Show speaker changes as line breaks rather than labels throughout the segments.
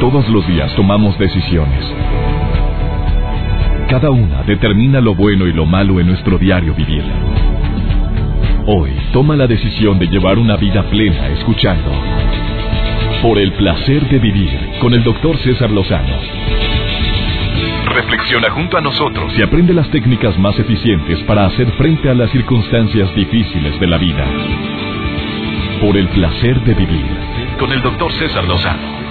Todos los días tomamos decisiones. Cada una determina lo bueno y lo malo en nuestro diario vivir. Hoy toma la decisión de llevar una vida plena escuchando Por el placer de vivir con el Dr. César Lozano. Reflexiona junto a nosotros y aprende las técnicas más eficientes para hacer frente a las circunstancias difíciles de la vida. Por el placer de vivir con el Dr. César Lozano.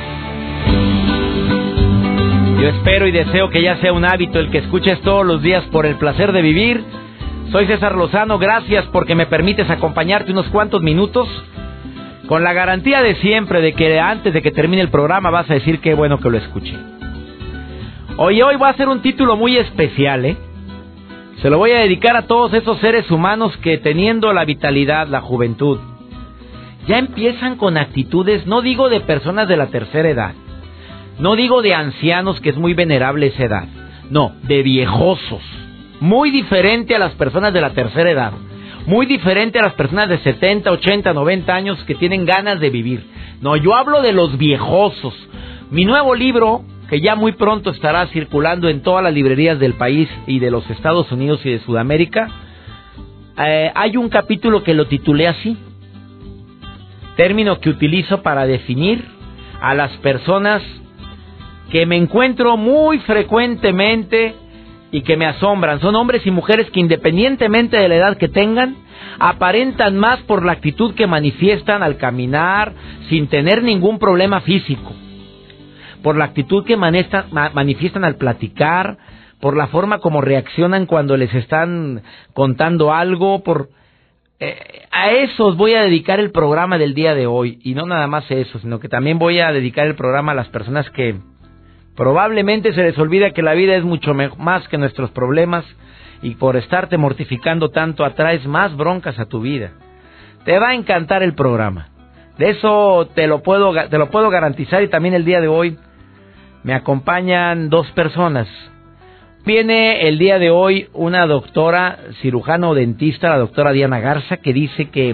Yo espero y deseo que ya sea un hábito el que escuches todos los días Por el placer de vivir. Soy César Lozano, gracias porque me permites acompañarte unos cuantos minutos, con la garantía de siempre de que antes de que termine el programa vas a decir qué bueno que lo escuché. Hoy voy a hacer un título muy especial, Se lo voy a dedicar a todos esos seres humanos que, teniendo la vitalidad, la juventud, ya empiezan con actitudes, no digo de personas de la tercera edad, no digo de ancianos, que es muy venerable esa edad, no, de viejosos, muy diferente a las personas de la tercera edad, muy diferente a las personas de 70, 80, 90 años que tienen ganas de vivir. No, yo hablo de los viejosos. Mi nuevo libro, que ya muy pronto estará circulando en todas las librerías del país y de los Estados Unidos y de Sudamérica, hay un capítulo que lo titulé así, término que utilizo para definir a las personas que me encuentro muy frecuentemente y que me asombran. Son hombres y mujeres que, independientemente de la edad que tengan, aparentan más por la actitud que manifiestan al caminar sin tener ningún problema físico, por la actitud que manifiestan al platicar, por la forma como reaccionan cuando les están contando algo. A esos voy a dedicar el programa del día de hoy, y no nada más eso, sino que también voy a dedicar el programa a las personas que probablemente se les olvida que la vida es mucho más que nuestros problemas, y por estarte mortificando tanto atraes más broncas a tu vida. Te va a encantar el programa, de eso te lo puedo garantizar. Y también el día de hoy me acompañan dos personas. Viene el día de hoy una doctora cirujano dentista, la doctora Diana Garza, que dice que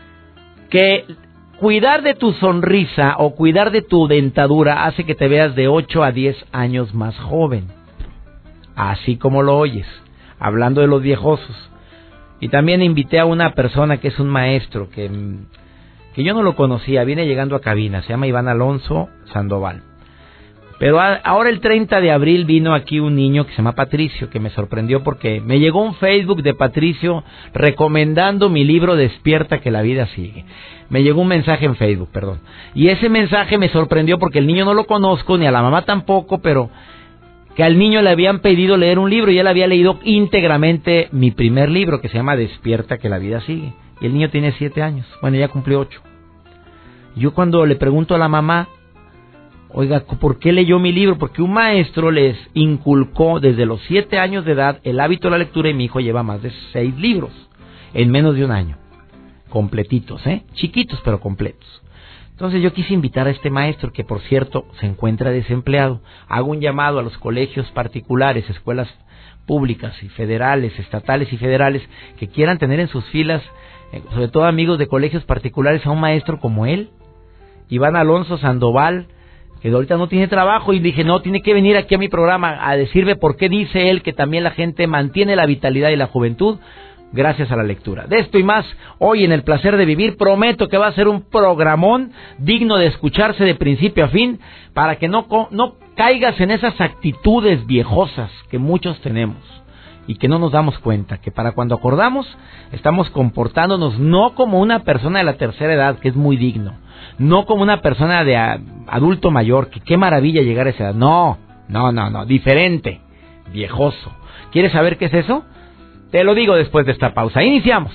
cuidar de tu sonrisa o cuidar de tu dentadura hace que te veas de 8 a 10 años más joven. Así como lo oyes, hablando de los viejosos. Y también invité a una persona que es un maestro, que yo no lo conocía, viene llegando a cabina, se llama Iván Alonso Sandoval. Pero ahora el 30 de abril vino aquí un niño que se llama Patricio, que me sorprendió porque me llegó un Facebook de Patricio recomendando mi libro Despierta que la vida sigue. Me llegó un mensaje en Facebook, perdón. Y ese mensaje me sorprendió porque el niño no lo conozco, ni a la mamá tampoco, pero que al niño le habían pedido leer un libro y él había leído íntegramente mi primer libro, que se llama Despierta que la vida sigue. Y el niño tiene 7 años, bueno, ya cumplió 8. Yo cuando le pregunto a la mamá, oiga, ¿por qué leyó mi libro? Porque un maestro les inculcó desde los 7 años de edad el hábito de la lectura, y mi hijo lleva más de 6 libros en menos de un año. Completitos, chiquitos pero completos. Entonces yo quise invitar a este maestro, que por cierto se encuentra desempleado. Hago un llamado a los colegios particulares, escuelas públicas y federales, estatales y federales, que quieran tener en sus filas, sobre todo amigos de colegios particulares, a un maestro como él, Iván Alonso Sandoval, que ahorita no tiene trabajo, y dije, no, tiene que venir aquí a mi programa a decirme por qué dice él que también la gente mantiene la vitalidad y la juventud gracias a la lectura. De esto y más, hoy en El Placer de Vivir, prometo que va a ser un programón digno de escucharse de principio a fin, para que no caigas en esas actitudes viejosas que muchos tenemos y que no nos damos cuenta, que para cuando acordamos estamos comportándonos no como una persona de la tercera edad, que es muy digno, no como una persona de adulto mayor, que qué maravilla llegar a esa edad. No, diferente, viejoso. ¿Quieres saber qué es eso? Te lo digo después de esta pausa. Iniciamos.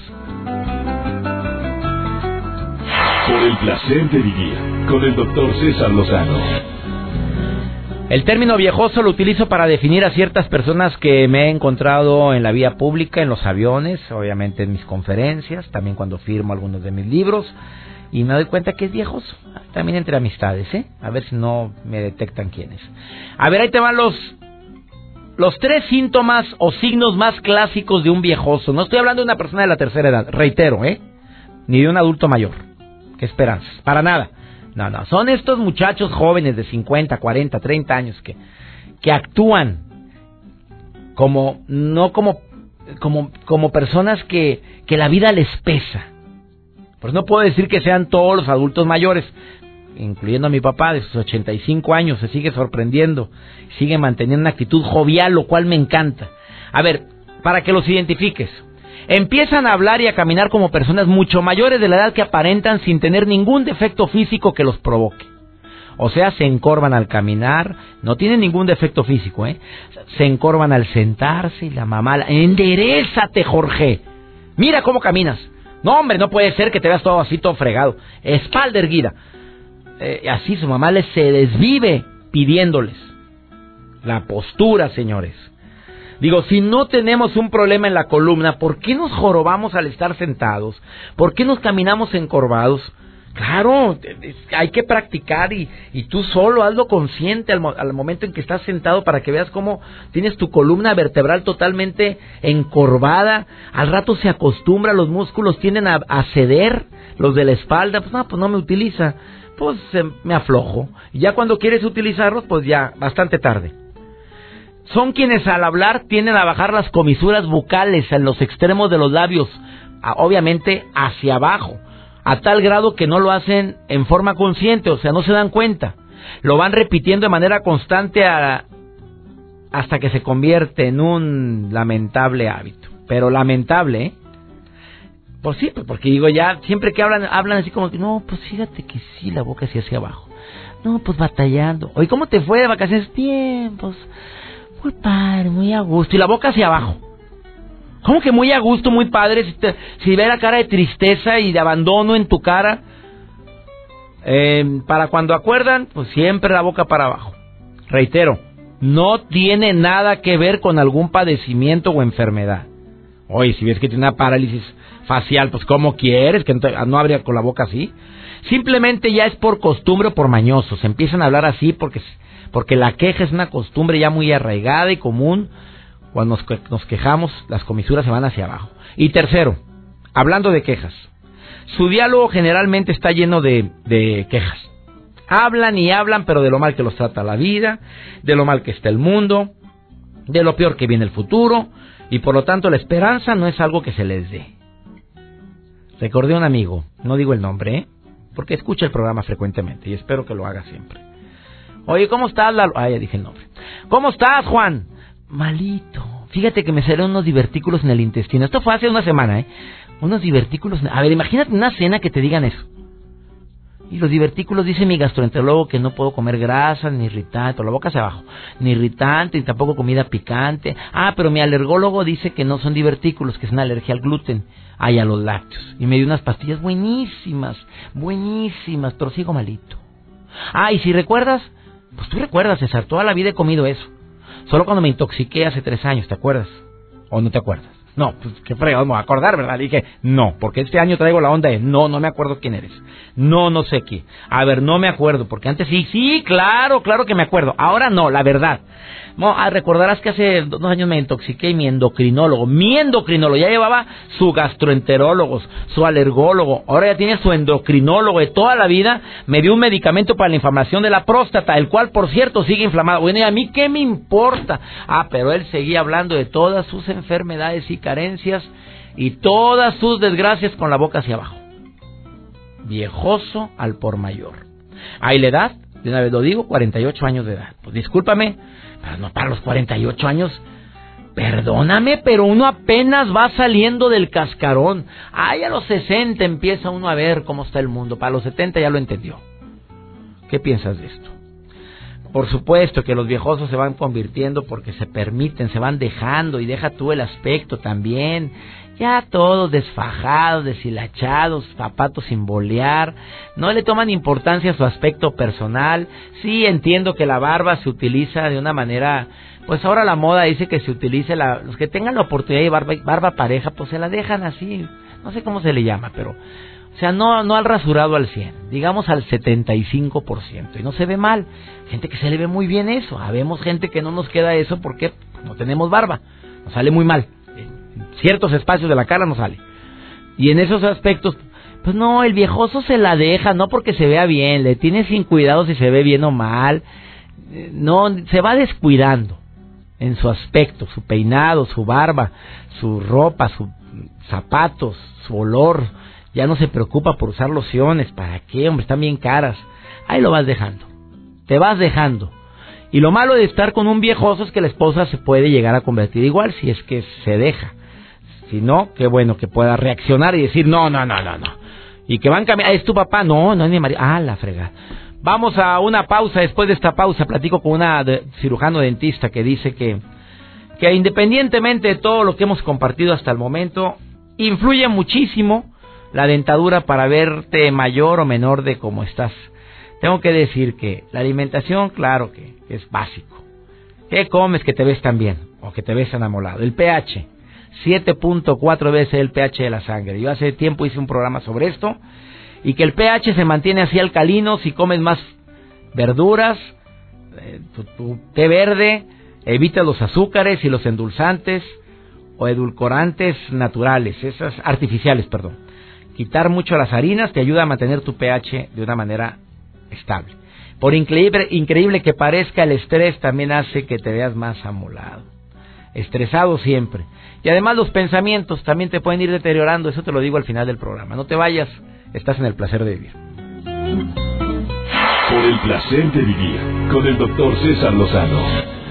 Por el placer de vivir con el Dr. César Lozano.
El término viejoso lo utilizo para definir a ciertas personas que me he encontrado en la vía pública, en los aviones, obviamente en mis conferencias, también cuando firmo algunos de mis libros, y me doy cuenta que es viejoso. También entre amistades, a ver si no me detectan quiénes. A ver, ahí te van los 3 síntomas o signos más clásicos de un viejoso. No estoy hablando de una persona de la tercera edad, reitero, ni de un adulto mayor. ¿Qué esperanzas? Para nada. No. Son estos muchachos jóvenes de 50, 40, 30 años que actúan como personas que la vida les pesa. Pues no puedo decir que sean todos los adultos mayores, incluyendo a mi papá de sus 85 años, se sigue sorprendiendo, sigue manteniendo una actitud jovial, lo cual me encanta. A ver, para que los identifiques, empiezan a hablar y a caminar como personas mucho mayores de la edad que aparentan sin tener ningún defecto físico que los provoque. O sea, se encorvan al caminar, no tienen ningún defecto físico, se encorvan al sentarse y la mamá, enderézate, Jorge, mira cómo caminas. No, hombre, no puede ser que te veas todo así, todo fregado, espalda erguida. Así su mamá se desvive pidiéndoles la postura, señores. Digo, si no tenemos un problema en la columna, ¿por qué nos jorobamos al estar sentados? ¿Por qué nos caminamos encorvados? Claro, hay que practicar y tú solo hazlo consciente al momento en que estás sentado para que veas cómo tienes tu columna vertebral totalmente encorvada. Al rato se acostumbra, los músculos tienden a ceder, los de la espalda, pues no me utiliza, pues me aflojo. Y ya cuando quieres utilizarlos, pues ya bastante tarde. Son quienes al hablar tienden a bajar las comisuras bucales en los extremos de los labios, obviamente hacia abajo, a tal grado que no lo hacen en forma consciente, o sea, no se dan cuenta. Lo van repitiendo de manera constante hasta que se convierte en un lamentable hábito. Pero lamentable, ¿eh? Pues sí, porque digo, ya siempre que hablan así como que, no, pues fíjate que sí, la boca así hacia abajo. No, pues batallando. Oye, ¿cómo te fue de vacaciones? Bien, pues muy padre, muy a gusto. Y la boca hacia abajo. ¿Cómo que muy a gusto, muy padre? Si ve la cara de tristeza y de abandono en tu cara, para cuando acuerdan, pues siempre la boca para abajo. Reitero, no tiene nada que ver con algún padecimiento o enfermedad. Oye, si ves que tiene una parálisis facial, pues ¿cómo quieres? Que no habría con la boca así. Simplemente ya es por costumbre o por mañosos. Empiezan a hablar así porque la queja es una costumbre ya muy arraigada y común. Cuando nos quejamos, las comisuras se van hacia abajo. Y tercero, hablando de quejas, su diálogo generalmente está lleno de quejas. Hablan y hablan, pero de lo mal que los trata la vida, de lo mal que está el mundo, de lo peor que viene el futuro, y por lo tanto la esperanza no es algo que se les dé. Recordé a un amigo, no digo el nombre, porque escucha el programa frecuentemente y espero que lo haga siempre. Oye, ¿cómo estás, Lalo? Ya dije el nombre. ¿Cómo estás, Juan? Malito. Fíjate que me salieron unos divertículos en el intestino. Esto fue hace una semana, Unos divertículos. A ver, imagínate una cena que te digan eso. Y los divertículos, dice mi gastroenterólogo, que no puedo comer grasa, ni irritante, por la boca hacia abajo, ni irritante, ni tampoco comida picante. Pero mi alergólogo dice que no son divertículos, que es una alergia al gluten, y a los lácteos. Y me dio unas pastillas buenísimas, pero sigo malito. Y si recuerdas, pues tú recuerdas, César, toda la vida he comido eso. Solo cuando me intoxiqué hace 3 años, ¿te acuerdas? ¿O no te acuerdas? No, pues qué fregado, me voy a acordar, ¿verdad? Le dije, no, porque este año traigo la onda de, no me acuerdo quién eres. No sé qué. A ver, no me acuerdo, porque antes sí, claro que me acuerdo. Ahora no, la verdad. Recordarás que hace 2 años me intoxiqué y mi endocrinólogo, ya llevaba su gastroenterólogo, su alergólogo, ahora ya tiene su endocrinólogo de toda la vida, me dio un medicamento para la inflamación de la próstata, el cual, por cierto, sigue inflamado. Bueno, ¿y a mí qué me importa? Pero él seguía hablando de todas sus enfermedades y carencias y todas sus desgracias con la boca hacia abajo. Viejoso al por mayor. La edad, de una vez lo digo, 48 años de edad. Pues discúlpame, pero no para los 48 años, perdóname, pero uno apenas va saliendo del cascarón. A los 60 empieza uno a ver cómo está el mundo. Para los 70 ya lo entendió. ¿Qué piensas de esto? Por supuesto que los viejosos se van convirtiendo porque se permiten, se van dejando, y deja tú el aspecto también. Ya todos desfajados, deshilachados, zapatos sin bolear, no le toman importancia a su aspecto personal. Sí, entiendo que la barba se utiliza de una manera, pues ahora la moda dice que se utilice, los que tengan la oportunidad de barba pareja, pues se la dejan así, no sé cómo se le llama, pero, o sea, no al rasurado al 100, digamos al 75%, y no se ve mal. Gente que se le ve muy bien eso, habemos gente que no nos queda eso porque no tenemos barba, nos sale muy mal. Ciertos espacios de la cara no sale. Y en esos aspectos, Pues no, el viejoso se la deja, no porque se vea bien, le tiene sin cuidado si se ve bien o mal. No, se va descuidando en su aspecto, su peinado, su barba, su ropa, sus zapatos, su olor. Ya no se preocupa por usar lociones. ¿Para qué, hombre? Están bien caras. Ahí lo vas dejando. Te vas dejando. Y lo malo de estar con un viejoso es que la esposa se puede llegar a convertir igual si es que se deja. Si no, qué bueno que pueda reaccionar y decir no. Y que van cambiando. ¿Es tu papá? No es mi marido. La fregada. Vamos a una pausa. Después de esta pausa platico con una cirujano dentista que dice que independientemente de todo lo que hemos compartido hasta el momento, influye muchísimo la dentadura para verte mayor o menor de cómo estás. Tengo que decir que la alimentación, claro que es básico. ¿Qué comes que te ves tan bien o que te ves tan amolado? El pH, 7.4 veces el pH de la sangre. Yo hace tiempo hice un programa sobre esto, y que el pH se mantiene así alcalino si comes más verduras, tu té verde, evita los azúcares y los endulzantes o edulcorantes naturales, esas artificiales, perdón. Quitar mucho las harinas te ayuda a mantener tu pH de una manera estable. Por increíble que parezca, el estrés también hace que te veas más amolado, estresado siempre. Y además los pensamientos también te pueden ir deteriorando, eso te lo digo al final del programa. No te vayas, estás en el placer de vivir.
Por el placer de vivir, con el doctor César Lozano.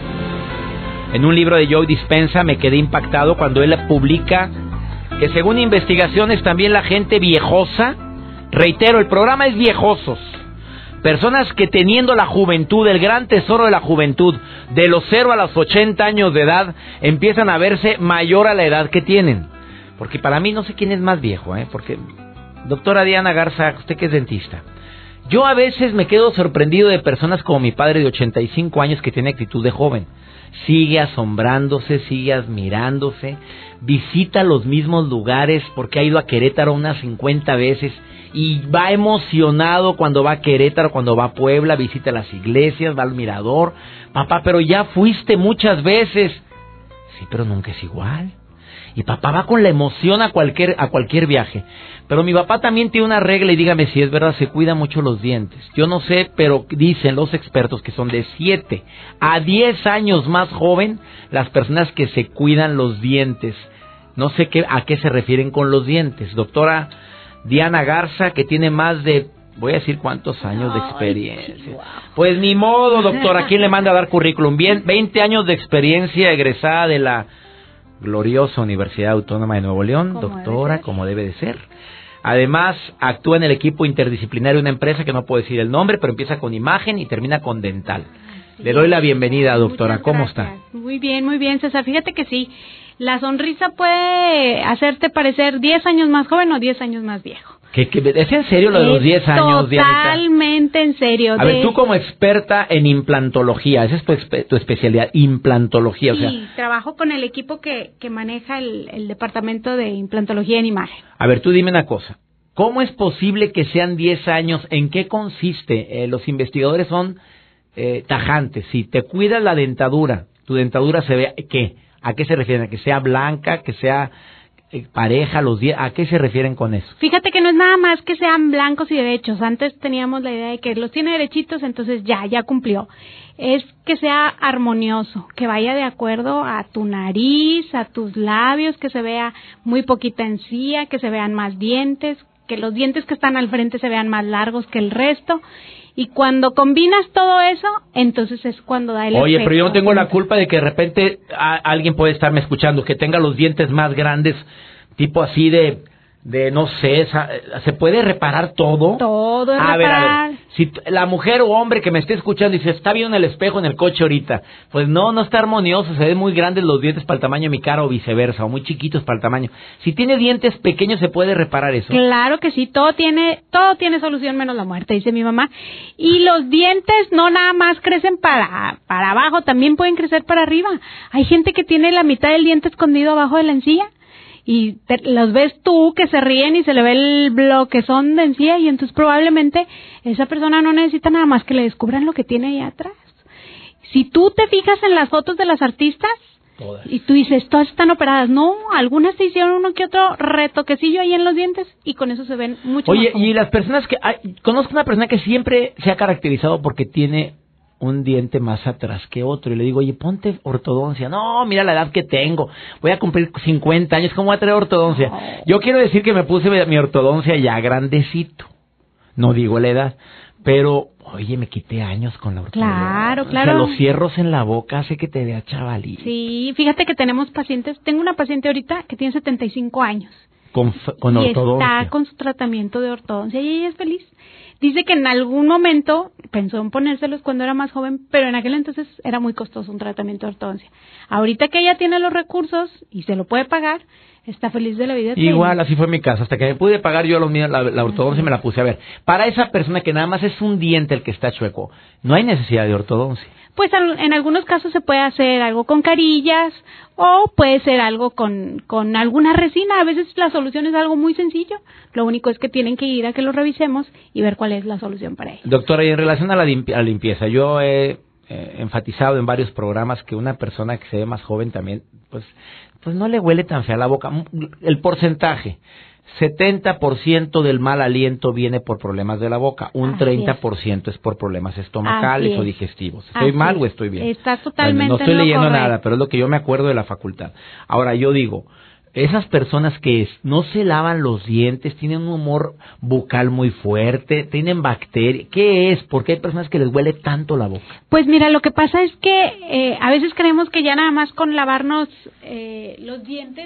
En un libro de Joe Dispenza me quedé impactado cuando él publica que según investigaciones también la gente viejosa, reitero, el programa es viejosos, personas que teniendo la juventud, el gran tesoro de la juventud, de los 0 a los 80 años de edad, empiezan a verse mayor a la edad que tienen. Porque para mí no sé quién es más viejo, porque doctora Diana Garza, usted que es dentista, yo a veces me quedo sorprendido de personas como mi padre de 85 años que tiene actitud de joven. Sigue asombrándose, sigue admirándose, visita los mismos lugares porque ha ido a Querétaro unas 50 veces y va emocionado cuando va a Querétaro, cuando va a Puebla, visita las iglesias, va al mirador. Papá, pero ya fuiste muchas veces. Sí, pero nunca es igual. Y papá va con la emoción a cualquier viaje. Pero mi papá también tiene una regla, y dígame si es verdad, se cuida mucho los dientes. Yo no sé, pero dicen los expertos que son de 7 a 10 años más joven las personas que se cuidan los dientes. No sé a qué se refieren con los dientes. Doctora Diana Garza, que tiene más de, voy a decir cuántos años de experiencia. Pues ni modo, doctora, ¿quién le manda a dar currículum? Bien, 20 años de experiencia, egresada de la gloriosa Universidad Autónoma de Nuevo León, doctora, como debe de ser. Además, actúa en el equipo interdisciplinario de una empresa que no puedo decir el nombre, pero empieza con imagen y termina con dental. Le doy la bienvenida, doctora. ¿Cómo está?
Muy bien, César. Fíjate que sí, la sonrisa puede hacerte parecer 10 años más joven o 10 años más viejo.
¿Es en serio lo de los 10 años, Dianita?
Totalmente en serio.
A ver, tú como experta en implantología, esa es tu especialidad, implantología.
Sí,
o sea,
trabajo con el equipo que maneja el departamento de implantología en imagen.
A ver, tú dime una cosa. ¿Cómo es posible que sean 10 años? ¿En qué consiste? Los investigadores son tajantes. Si te cuidas la dentadura, tu dentadura se ve, ¿qué? ¿A qué se refieren? ¿A que sea blanca, que sea pareja, los dientes? ¿A qué se refieren con eso?
Fíjate que no es nada más que sean blancos y derechos. Antes teníamos la idea de que los tiene derechitos, entonces ya cumplió. Es que sea armonioso, que vaya de acuerdo a tu nariz, a tus labios, que se vea muy poquita encía, que se vean más dientes, que los dientes que están al frente se vean más largos que el resto. Y cuando combinas todo eso, entonces es cuando da el efecto.
Oye, pero yo no tengo la culpa de que de repente alguien puede estarme escuchando, que tenga los dientes más grandes, tipo así de no sé, ¿se puede reparar todo?
Todo es reparar.
A ver, si la mujer o hombre que me esté escuchando dice, está viendo en el espejo en el coche ahorita, pues no está armonioso, se ven muy grandes los dientes para el tamaño de mi cara o viceversa, o muy chiquitos para el tamaño. Si tiene dientes pequeños, ¿se puede reparar eso?
Claro que sí, todo tiene solución menos la muerte, dice mi mamá. Y los dientes no nada más crecen para abajo, también pueden crecer para arriba. Hay gente que tiene la mitad del diente escondido abajo de la encía. Y los ves tú que se ríen y se le ve el bloquezón de encía, y entonces probablemente esa persona no necesita nada más que le descubran lo que tiene ahí atrás. Si tú te fijas en las fotos de las artistas,
todas.
Y tú dices, todas están operadas. No, algunas te hicieron uno que otro retoquecillo ahí en los dientes y con eso se ven mucho
Oye,
más jóvenes.
y las personas que... conozco una persona que siempre se ha caracterizado porque tiene un diente más atrás que otro. Y le digo, oye, ponte ortodoncia. No, mira la edad que tengo. Voy a cumplir 50 años. ¿Cómo voy a traer ortodoncia?
No.
Yo quiero decir que me puse mi ortodoncia ya grandecito. No digo la edad. Pero, oye, me quité años con la ortodoncia.
Claro,
O
claro.
sea, los cierros en la boca hace que te vea chavalito.
Sí, fíjate que tenemos pacientes. Tengo una paciente ahorita que tiene 75 años.
Con
y
ortodoncia.
está con su tratamiento de ortodoncia y ella es feliz. Dice que en algún momento pensó en ponérselos cuando era más joven, pero en aquel entonces era muy costoso un tratamiento de ortodoncia. Ahorita que ella tiene los recursos y se lo puede pagar, está feliz de la vida.
Igual, así fue mi caso. Hasta que me pude pagar yo los míos, la ortodoncia me la puse. A ver, para esa persona que nada más es un diente el que está chueco, no hay necesidad de ortodoncia.
Pues en algunos casos se puede hacer algo con carillas o puede ser algo con alguna resina. A veces la solución es algo muy sencillo. Lo único es que tienen que ir a que lo revisemos y ver cuál es la solución para ello.
Doctora, y en relación a la limpieza, yo he enfatizado en varios programas que una persona que se ve más joven también, pues no le huele tan fea la boca. El porcentaje, 70% del mal aliento viene por problemas de la boca, un 30% es por problemas estomacales o digestivos. ¿Estoy mal o estoy bien?
Estás totalmente
no estoy leyendo
correcto.
nada, pero es lo que yo me acuerdo de la facultad. Ahora, yo digo, esas personas que no se lavan los dientes, tienen un humor bucal muy fuerte, tienen bacterias, ¿qué es? ¿Por qué hay personas que les huele tanto la boca?
Pues mira, lo que pasa es que a veces creemos que ya nada más con lavarnos los dientes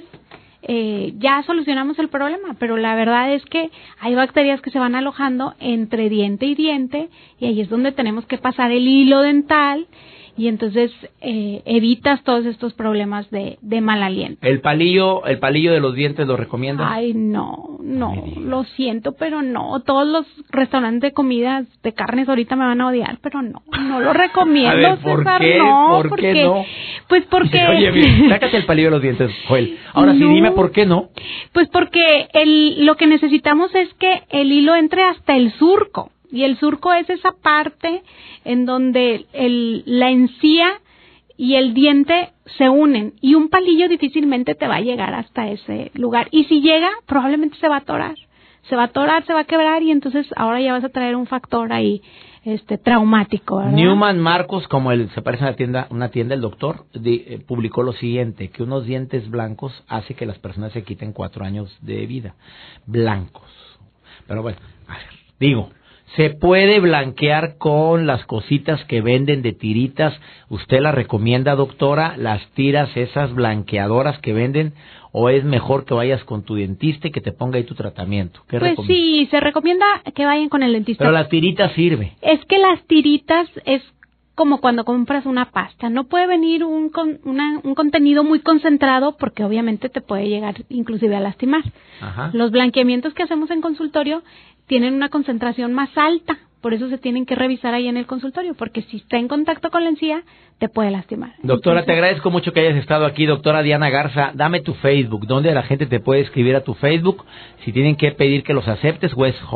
ya solucionamos el problema, pero la verdad es que hay bacterias que se van alojando entre diente y diente y ahí es donde tenemos que pasar el hilo dental y entonces evitas todos estos problemas de mal aliento.
¿El palillo de los dientes lo recomiendas?
Ay, no, lo siento, pero no. Todos los restaurantes de comidas de carnes ahorita me van a odiar, pero no lo recomiendo,
a ver, ¿por
César,
qué?
no.
¿Por qué no?
Pues porque...
Oye, bien, sácate el palillo de los dientes, Joel. Ahora sí, dime por qué no.
Pues porque lo que necesitamos es que el hilo entre hasta el surco. Y el surco es esa parte en donde la encía y el diente se unen. Y un palillo difícilmente te va a llegar hasta ese lugar. Y si llega, probablemente se va a atorar. Se va a quebrar y entonces ahora ya vas a traer un factor ahí traumático, ¿verdad?
Newman Marcos, como se parece a una tienda, el doctor publicó lo siguiente, que unos dientes blancos hace que las personas se quiten 4 años de vida. Blancos. Pero bueno, a ver, digo... ¿Se puede blanquear con las cositas que venden de tiritas? ¿Usted la recomienda, doctora? ¿Las tiras esas blanqueadoras que venden? ¿O es mejor que vayas con tu dentista y que te ponga ahí tu tratamiento? ¿Qué
pues sí, se recomienda que vayan con el dentista.
Pero la tirita sirve.
Es que las tiritas es como cuando compras una pasta. No puede venir un contenido muy concentrado porque obviamente te puede llegar inclusive a lastimar.
Ajá.
Los blanqueamientos que hacemos en consultorio tienen una concentración más alta, por eso se tienen que revisar ahí en el consultorio, porque si está en contacto con la encía, te puede lastimar.
Doctora, te agradezco mucho que hayas estado aquí, doctora Diana Garza. Dame tu Facebook, ¿dónde la gente te puede escribir a tu Facebook? Si tienen que pedir que los aceptes,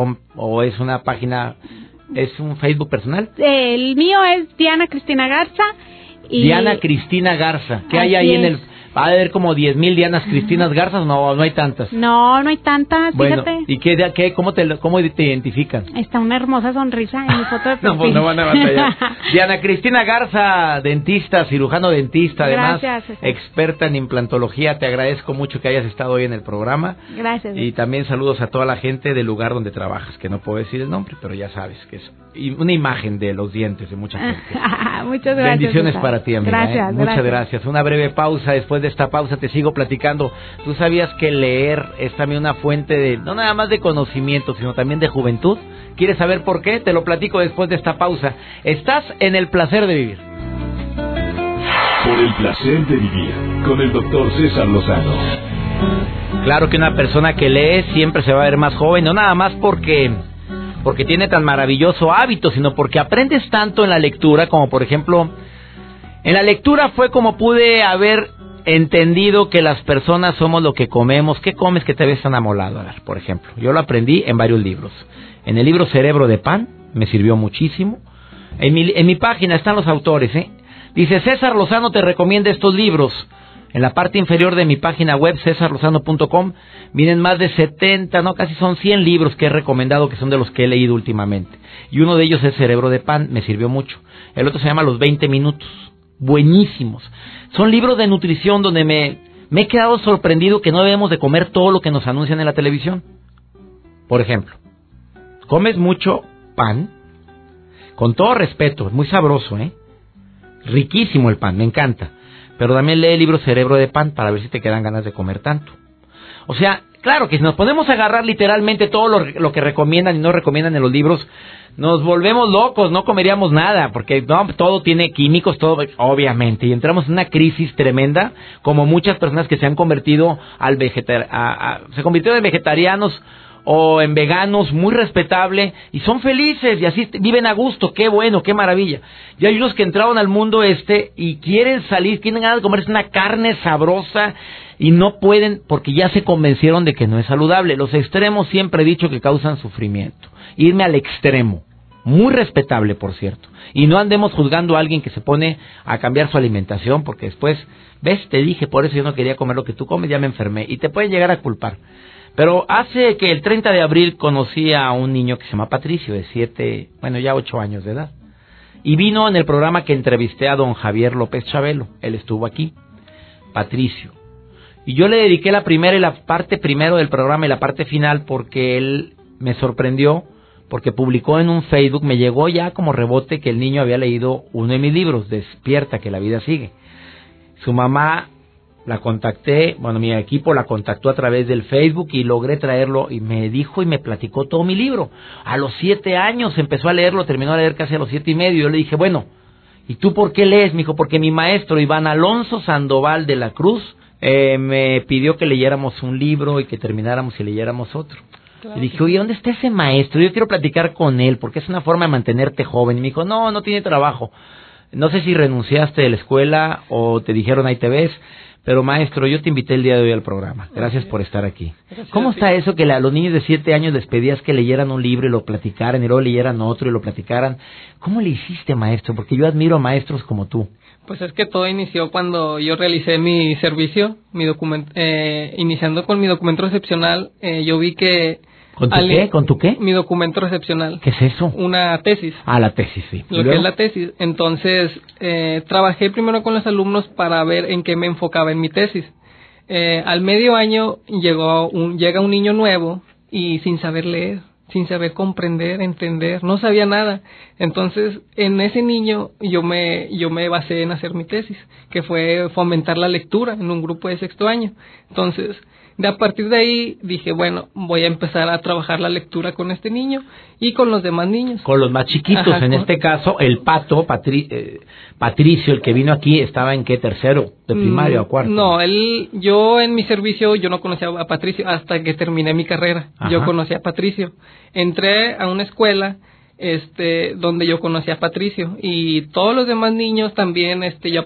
o es una página, ¿es un Facebook personal?
El mío es Diana Cristina Garza. Y
Diana Cristina Garza, ¿qué hay ahí en el...? ¿Va a haber como 10,000 Dianas Cristinas Garzas? No hay tantas.
No hay tantas,
bueno,
fíjate.
¿Y cómo te identifican?
Está una hermosa sonrisa en mi foto de perfil.
No, pues no van a batallar. Diana Cristina Garza, dentista, cirujano dentista, además,
Gracias,
experta en implantología. Te agradezco mucho que hayas estado hoy en el programa.
Gracias.
Y también saludos a toda la gente del lugar donde trabajas, que no puedo decir el nombre, pero ya sabes que es una imagen de los dientes de mucha gente.
Muchas gracias.
Bendiciones para ti, amiga.
Gracias.
Muchas gracias. Una breve pausa. Después de esta pausa te sigo platicando. ¿Tú sabías que leer es también una fuente de, no nada más de conocimiento, sino también de juventud? ¿Quieres saber por qué? Te lo platico después de esta pausa. Estás en el placer de vivir.
Por el placer de vivir, con el doctor César Lozano.
Claro que una persona que lee siempre se va a ver más joven, no nada más porque tiene tan maravilloso hábito, sino porque aprendes tanto en la lectura, como por ejemplo, en la lectura fue como pude haber entendido que las personas somos lo que comemos. ¿Qué comes que te ves tan amolado? A ver, por ejemplo, yo lo aprendí en varios libros. En el libro Cerebro de Pan, me sirvió muchísimo. En mi página están los autores, Dice, César Lozano te recomienda estos libros. En la parte inferior de mi página web, cesarlozano.com, vienen más de 70, no, casi son 100 libros que he recomendado, que son de los que he leído últimamente. Y uno de ellos es Cerebro de Pan, me sirvió mucho. El otro se llama Los 20 Minutos, buenísimos. Son libros de nutrición donde me he quedado sorprendido que no debemos de comer todo lo que nos anuncian en la televisión. Por ejemplo, comes mucho pan, con todo respeto, es muy sabroso, riquísimo el pan, me encanta. Pero también lee el libro Cerebro de Pan para ver si te quedan ganas de comer tanto. O sea, claro que si nos ponemos a agarrar literalmente todo lo que recomiendan y no recomiendan en los libros, nos volvemos locos, no comeríamos nada, porque no, todo tiene químicos, todo, obviamente, y entramos en una crisis tremenda, como muchas personas que se han convertido se convirtieron en vegetarianos o en veganos, muy respetable, y son felices, y así viven a gusto, qué bueno, qué maravilla. Y hay unos que entraron al mundo y quieren salir, tienen ganas de comerse una carne sabrosa, y no pueden porque ya se convencieron de que no es saludable. Los extremos siempre he dicho que causan sufrimiento. Irme al extremo, muy respetable, por cierto. Y no andemos juzgando a alguien que se pone a cambiar su alimentación, porque después, ves, te dije, por eso yo no quería comer lo que tú comes, ya me enfermé, y te pueden llegar a culpar. Pero hace que el 30 de abril conocí a un niño que se llama Patricio, de 8 años de edad. Y vino en el programa que entrevisté a don Javier López Chabelo. Él estuvo aquí, Patricio. Y yo le dediqué la primera y la parte primero del programa y la parte final porque él me sorprendió, porque publicó en un Facebook, me llegó ya como rebote que el niño había leído uno de mis libros, Despierta, que la vida sigue. Su mamá la contacté, mi equipo la contactó a través del Facebook y logré traerlo y me dijo y me platicó todo mi libro. A los 7 años empezó a leerlo, terminó de leer casi a los 7 y medio. Yo le dije, bueno, ¿y tú por qué lees? Me dijo, porque mi maestro Iván Alonso Sandoval de la Cruz me pidió que leyéramos un libro y que termináramos y leyéramos otro. Claro. Y dije, oye, ¿dónde está ese maestro? Yo quiero platicar con él porque es una forma de mantenerte joven. Y me dijo, no tiene trabajo. No sé si renunciaste de la escuela o te dijeron ahí te ves. Pero maestro, yo te invité el día de hoy al programa. Gracias por estar aquí. Gracias. ¿Cómo está eso que a los niños de 7 años les pedías que leyeran un libro y lo platicaran y luego leyeran otro y lo platicaran? ¿Cómo le hiciste, maestro? Porque yo admiro a maestros como tú.
Pues es que todo inició cuando yo realicé mi servicio, iniciando con mi documento recepcional. Yo vi que...
¿Con tu qué? ¿Con tu qué?
Mi documento recepcional.
¿Qué es eso?
Una tesis.
Ah, la tesis, sí.
Lo que es la tesis. Entonces, trabajé primero con los alumnos para ver en qué me enfocaba en mi tesis. Al medio año llega un niño nuevo y sin saber leer, sin saber comprender, entender, no sabía nada. Entonces, en ese niño yo me basé en hacer mi tesis, que fue fomentar la lectura en un grupo de 6º año. Entonces, a partir de ahí dije, bueno, voy a empezar a trabajar la lectura con este niño y con los demás niños.
Con los más chiquitos. Ajá, en este caso, el Pato, Patricio, el que vino aquí, ¿estaba en qué, tercero de primaria o cuarto?
No, yo en mi servicio, yo no conocía a Patricio hasta que terminé mi carrera. Ajá. Yo conocí a Patricio. Entré a una escuela donde yo conocí a Patricio y todos los demás niños también,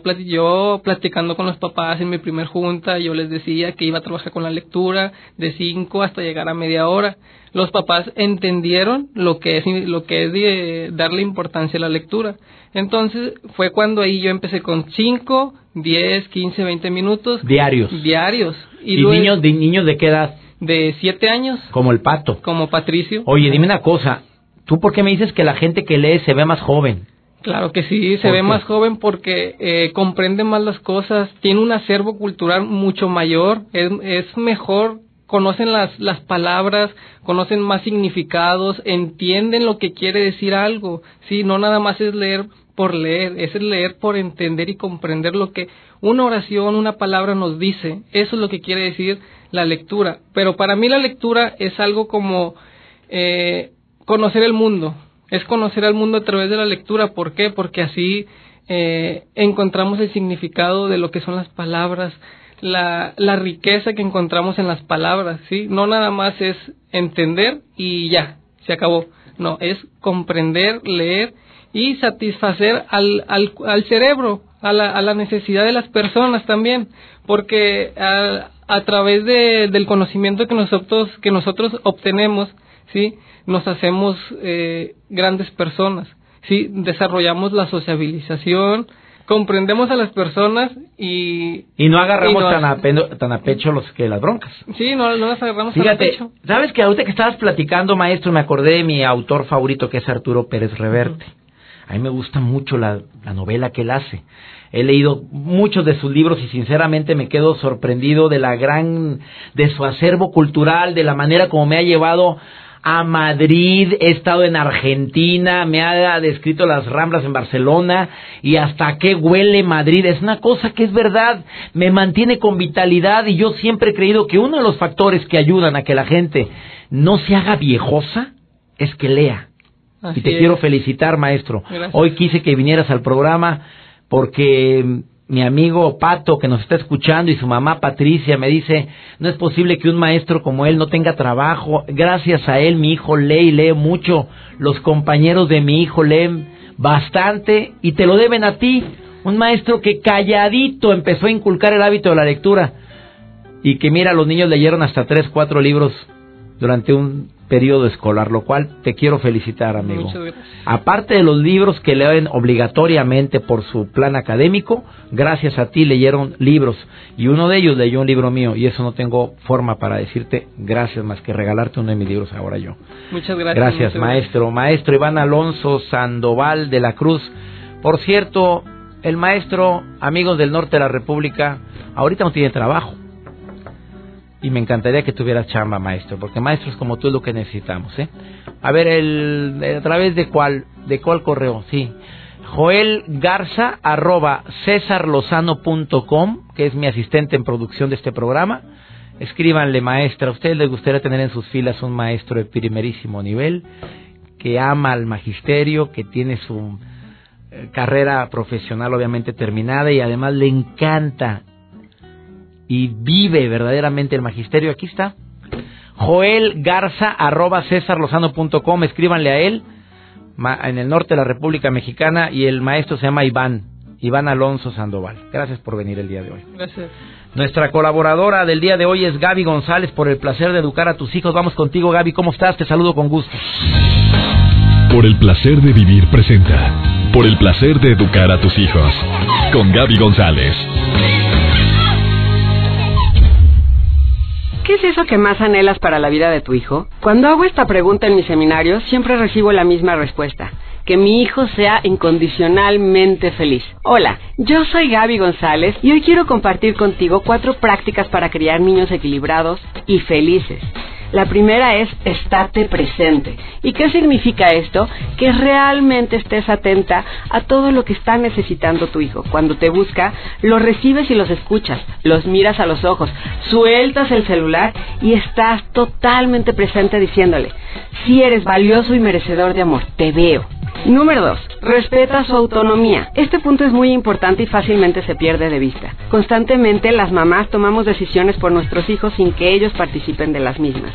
yo platicando con los papás en mi primer junta, yo les decía que iba a trabajar con la lectura de 5 hasta llegar a media hora. Los papás entendieron lo que es de darle importancia a la lectura. Entonces fue cuando ahí yo empecé con 5, 10, 15, 20 minutos
diarios.
¿Y
luego, niños de qué edad?
De 7 años.
Como el Pato.
Como Patricio.
Oye, dime una cosa. ¿Tú por qué me dices que la gente que lee se ve más joven?
Claro que sí, se ve más joven porque comprende más las cosas, tiene un acervo cultural mucho mayor, es mejor, conocen las palabras, conocen más significados, entienden lo que quiere decir algo, sí, no nada más es leer por leer, es leer por entender y comprender lo que una oración, una palabra nos dice, eso es lo que quiere decir la lectura. Pero para mí la lectura es algo como conocer el mundo, es conocer al mundo a través de la lectura. ¿Por qué? Porque así encontramos el significado de lo que son las palabras, la riqueza que encontramos en las palabras, ¿sí? No nada más es entender y ya, se acabó. No, es comprender, leer y satisfacer al cerebro, a la necesidad de las personas también, porque a través del conocimiento que nosotros obtenemos, ¿sí? Nos hacemos grandes personas, ¿sí? Desarrollamos la sociabilización, comprendemos a las personas y
no agarramos tan a pecho las broncas.
Sí, no las agarramos
Fíjate,
tan a pecho.
¿Sabes que ahorita que estabas platicando, maestro, me acordé de mi autor favorito, que es Arturo Pérez Reverte? A mí me gusta mucho la novela que él hace. He leído muchos de sus libros y sinceramente me quedo sorprendido de su acervo cultural, de la manera como me ha llevado a Madrid, he estado en Argentina, me ha descrito las Ramblas en Barcelona y hasta qué huele Madrid. Es una cosa que es verdad, me mantiene con vitalidad, y yo siempre he creído que uno de los factores que ayudan a que la gente no se haga viejosa es que lea.
Así
y te
es.
quiero felicitar, maestro.
Gracias.
Hoy quise que vinieras al programa porque mi amigo Pato, que nos está escuchando, y su mamá Patricia me dice, no es posible que un maestro como él no tenga trabajo. Gracias a él mi hijo lee y lee mucho. Los compañeros de mi hijo leen bastante y te lo deben a ti. Un maestro que calladito empezó a inculcar el hábito de la lectura y que mira, los niños leyeron hasta 3, 4 libros durante un periodo escolar, lo cual te quiero felicitar, amigo.
Muchas gracias.
Aparte de los libros que leen obligatoriamente por su plan académico, gracias a ti leyeron libros, y uno de ellos leyó un libro mío, y eso no tengo forma para decirte gracias más que regalarte uno de mis libros ahora yo.
Muchas gracias.
Gracias, maestro. Maestro Iván Alonso Sandoval de la Cruz. Por cierto, el maestro, amigos del norte de la República, ahorita no tiene trabajo. Y me encantaría que tuvieras chamba, maestro, porque maestros como tú es lo que necesitamos, ¿eh? A ver, ¿a través de cuál correo? Sí. Joel Garza @cesarlozano.com, que es mi asistente en producción de este programa. Escríbanle, maestra, ¿a ustedes les gustaría tener en sus filas un maestro de primerísimo nivel, que ama al magisterio, que tiene su carrera profesional obviamente terminada y además le encanta y vive verdaderamente el magisterio? Aquí está. Joel Garza @cesarlozano.com. Escríbanle a él, en el norte de la República Mexicana, y el maestro se llama Iván Alonso Sandoval. Gracias por venir el día de hoy.
Gracias.
Nuestra colaboradora del día de hoy es Gaby González, por el placer de educar a tus hijos. Vamos contigo, Gaby. ¿Cómo estás? Te saludo con gusto.
Por el placer de vivir presenta Por el placer de educar a tus hijos, con Gaby González.
¿Qué es eso que más anhelas para la vida de tu hijo? Cuando hago esta pregunta en mis seminarios, siempre recibo la misma respuesta: que mi hijo sea incondicionalmente feliz. Hola, yo soy Gaby González y hoy quiero compartir contigo 4 prácticas para criar niños equilibrados y felices. La primera es estate presente. ¿Y qué significa esto? Que realmente estés atenta a todo lo que está necesitando tu hijo. Cuando te busca, los recibes y los escuchas, los miras a los ojos, sueltas el celular y estás totalmente presente diciéndole: sí eres valioso y merecedor de amor, te veo. Número 2. Respeta su autonomía. Este punto es muy importante y fácilmente se pierde de vista. Constantemente las mamás tomamos decisiones por nuestros hijos sin que ellos participen de las mismas.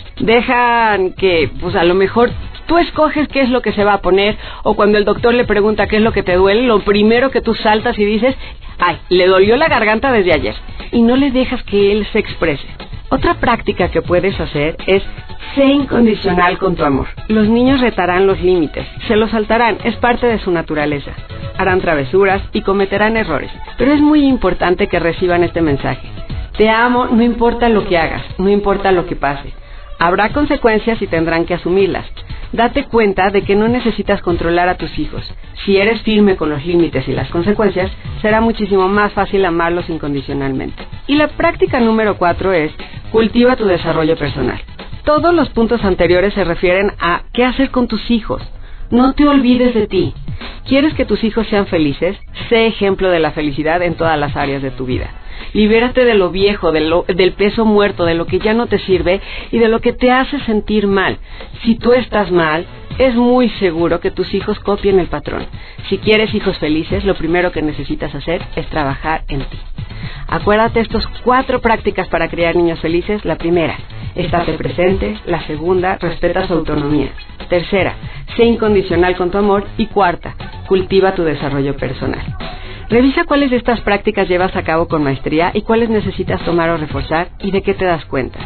Dejan que, a lo mejor tú escoges qué es lo que se va a poner, o cuando el doctor le pregunta qué es lo que te duele, lo primero que tú saltas y dices: ay, le dolió la garganta desde ayer. Y no le dejas que él se exprese. Otra práctica que puedes hacer es: sé incondicional con tu amor. Los niños retarán los límites, se los saltarán, es parte de su naturaleza. Harán travesuras y cometerán errores, pero es muy importante que reciban este mensaje: te amo, no importa lo que hagas, no importa lo que pase. Habrá consecuencias y tendrán que asumirlas. Date cuenta de que no necesitas controlar a tus hijos. Si eres firme con los límites y las consecuencias, será muchísimo más fácil amarlos incondicionalmente. Y la práctica número 4 es: cultiva tu desarrollo personal. Todos los puntos anteriores se refieren a qué hacer con tus hijos. No te olvides de ti. ¿Quieres que tus hijos sean felices? Sé ejemplo de la felicidad en todas las áreas de tu vida. Libérate de lo viejo, del peso muerto, de lo que ya no te sirve y de lo que te hace sentir mal. Si tú estás mal, es muy seguro que tus hijos copien el patrón. Si quieres hijos felices, lo primero que necesitas hacer es trabajar en ti. Acuérdate estas 4 prácticas para criar niños felices. La primera: estate presente. La segunda: respeta su autonomía. Tercera: sé incondicional con tu amor. Y cuarta: cultiva tu desarrollo personal. Revisa cuáles de estas prácticas llevas a cabo con maestría y cuáles necesitas tomar o reforzar y de qué te das cuenta.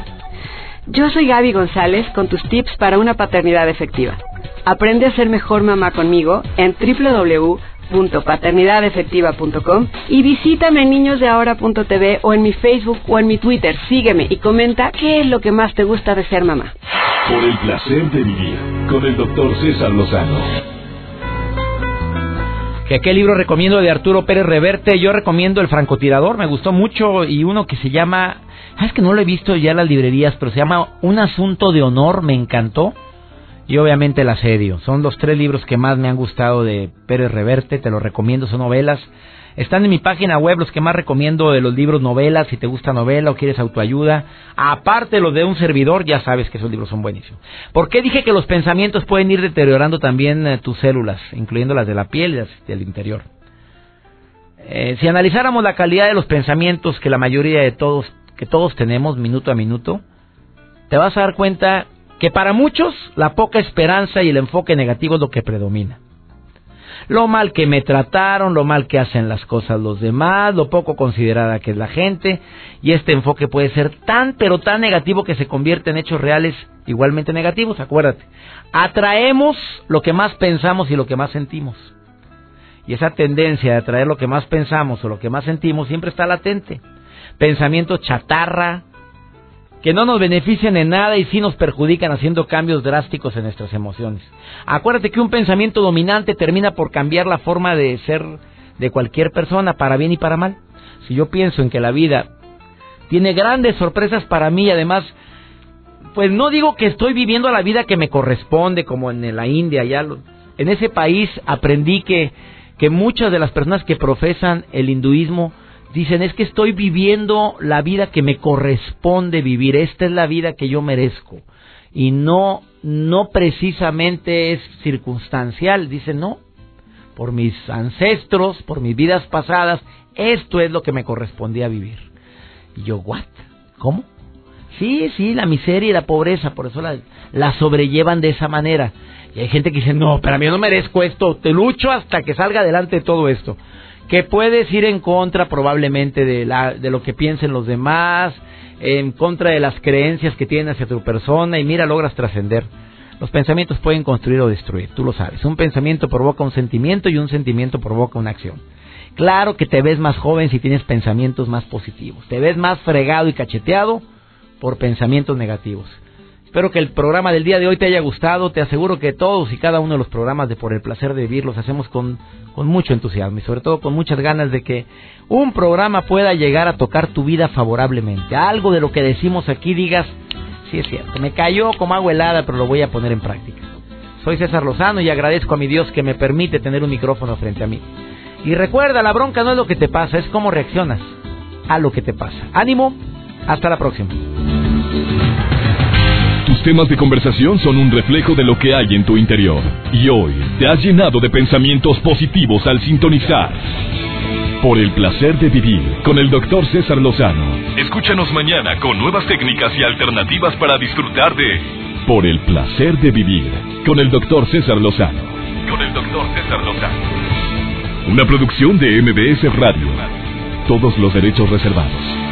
Yo soy Gaby González con tus tips para una paternidad efectiva. Aprende a ser mejor mamá conmigo en www.paternidadefectiva.com y visítame en niñosdeahora.tv o en mi Facebook o en mi Twitter. Sígueme y comenta qué es lo que más te gusta de ser mamá.
Por el placer de vivir con el Dr. César Lozano.
¿Qué libro recomiendo de Arturo Pérez Reverte? Yo recomiendo El francotirador, me gustó mucho, y uno que se llama, es que no lo he visto ya en las librerías, pero se llama Un asunto de honor, me encantó. Y obviamente El asedio. Son los 3 libros que más me han gustado de Pérez Reverte, te los recomiendo, son novelas. Están en mi página web los que más recomiendo de los libros novelas, si te gusta novela o quieres autoayuda. Aparte los de un servidor, ya sabes que esos libros son buenísimos. ¿Por qué dije que los pensamientos pueden ir deteriorando también tus células, incluyendo las de la piel y las del interior? Si analizáramos la calidad de los pensamientos que la mayoría de todos tenemos minuto a minuto, te vas a dar cuenta que para muchos la poca esperanza y el enfoque negativo es lo que predomina. Lo mal que me trataron, lo mal que hacen las cosas los demás, lo poco considerada que es la gente, y este enfoque puede ser tan pero tan negativo que se convierte en hechos reales igualmente negativos. Acuérdate, atraemos lo que más pensamos y lo que más sentimos, y esa tendencia de atraer lo que más pensamos o lo que más sentimos siempre está latente. Pensamientos chatarra que no nos benefician en nada y sí nos perjudican haciendo cambios drásticos en nuestras emociones. Acuérdate que un pensamiento dominante termina por cambiar la forma de ser de cualquier persona, para bien y para mal. Si yo pienso en que la vida tiene grandes sorpresas para mí y además, pues no digo que estoy viviendo la vida que me corresponde, como en la India, en ese país aprendí que muchas de las personas que profesan el hinduismo dicen, es que estoy viviendo la vida que me corresponde vivir, esta es la vida que yo merezco, y no precisamente es circunstancial. Dicen, no, por mis ancestros, por mis vidas pasadas, esto es lo que me correspondía vivir. Y yo, ¿what? ¿Cómo? Sí, la miseria y la pobreza, por eso la sobrellevan de esa manera. Y hay gente que dice, no, pero a mí no merezco esto, te lucho hasta que salga adelante todo esto. Que puedes ir en contra probablemente de lo que piensen los demás, en contra de las creencias que tienen hacia tu persona, y mira, logras trascender. Los pensamientos pueden construir o destruir, tú lo sabes. Un pensamiento provoca un sentimiento y un sentimiento provoca una acción. Claro que te ves más joven si tienes pensamientos más positivos. Te ves más fregado y cacheteado por pensamientos negativos. Espero que el programa del día de hoy te haya gustado. Te aseguro que todos y cada uno de los programas de Por el Placer de Vivir los hacemos con mucho entusiasmo y sobre todo con muchas ganas de que un programa pueda llegar a tocar tu vida favorablemente. Algo de lo que decimos aquí digas, sí es cierto, me cayó como agua helada, pero lo voy a poner en práctica. Soy César Lozano y agradezco a mi Dios que me permite tener un micrófono frente a mí. Y recuerda, la bronca no es lo que te pasa, es cómo reaccionas a lo que te pasa. Ánimo, hasta la próxima.
Tus temas de conversación son un reflejo de lo que hay en tu interior. Y hoy te has llenado de pensamientos positivos al sintonizar Por el Placer de Vivir con el Dr. César Lozano. Escúchanos mañana con nuevas técnicas y alternativas para disfrutar de Por el Placer de Vivir con el Dr. César Lozano. Una producción de MBS Radio. Todos los derechos reservados.